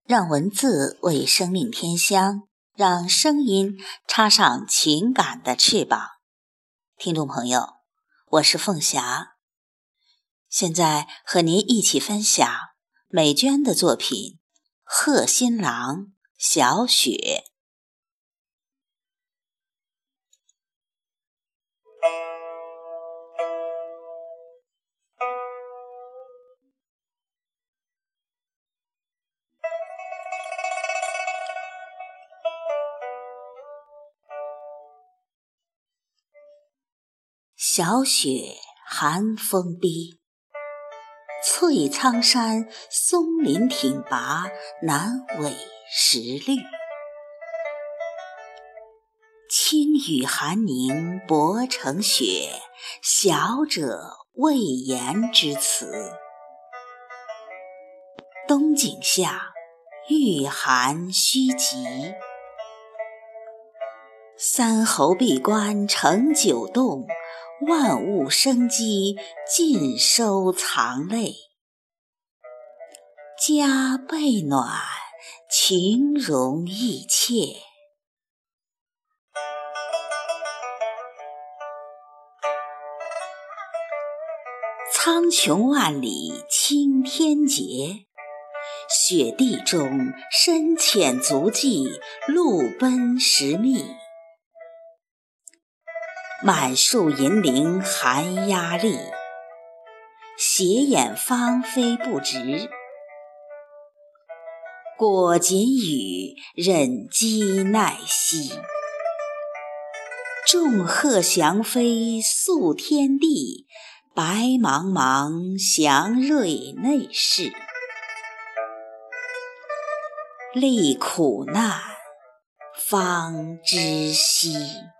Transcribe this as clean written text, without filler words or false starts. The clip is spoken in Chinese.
让文字为生命添香，让声音插上情感的翅膀。听众朋友，我是凤霞，现在和您一起分享美娟的作品《贺新郎小雪》。小雪寒风逼，翠苍山松林挺拔，南纬石绿。轻雨寒凝薄成雪，小者未言之词。冬景下，御寒须及。三侯闭关成九洞，万物生机尽收藏类。家备暖，情容意切。苍穹万里青天洁，雪地中深浅足迹，路奔时密。满树银铃寒鸦立，斜眼芳菲不直。果锦雨，忍饥耐息。众鹤翔飞宿天地，白茫茫祥瑞内室。历苦难方知悉。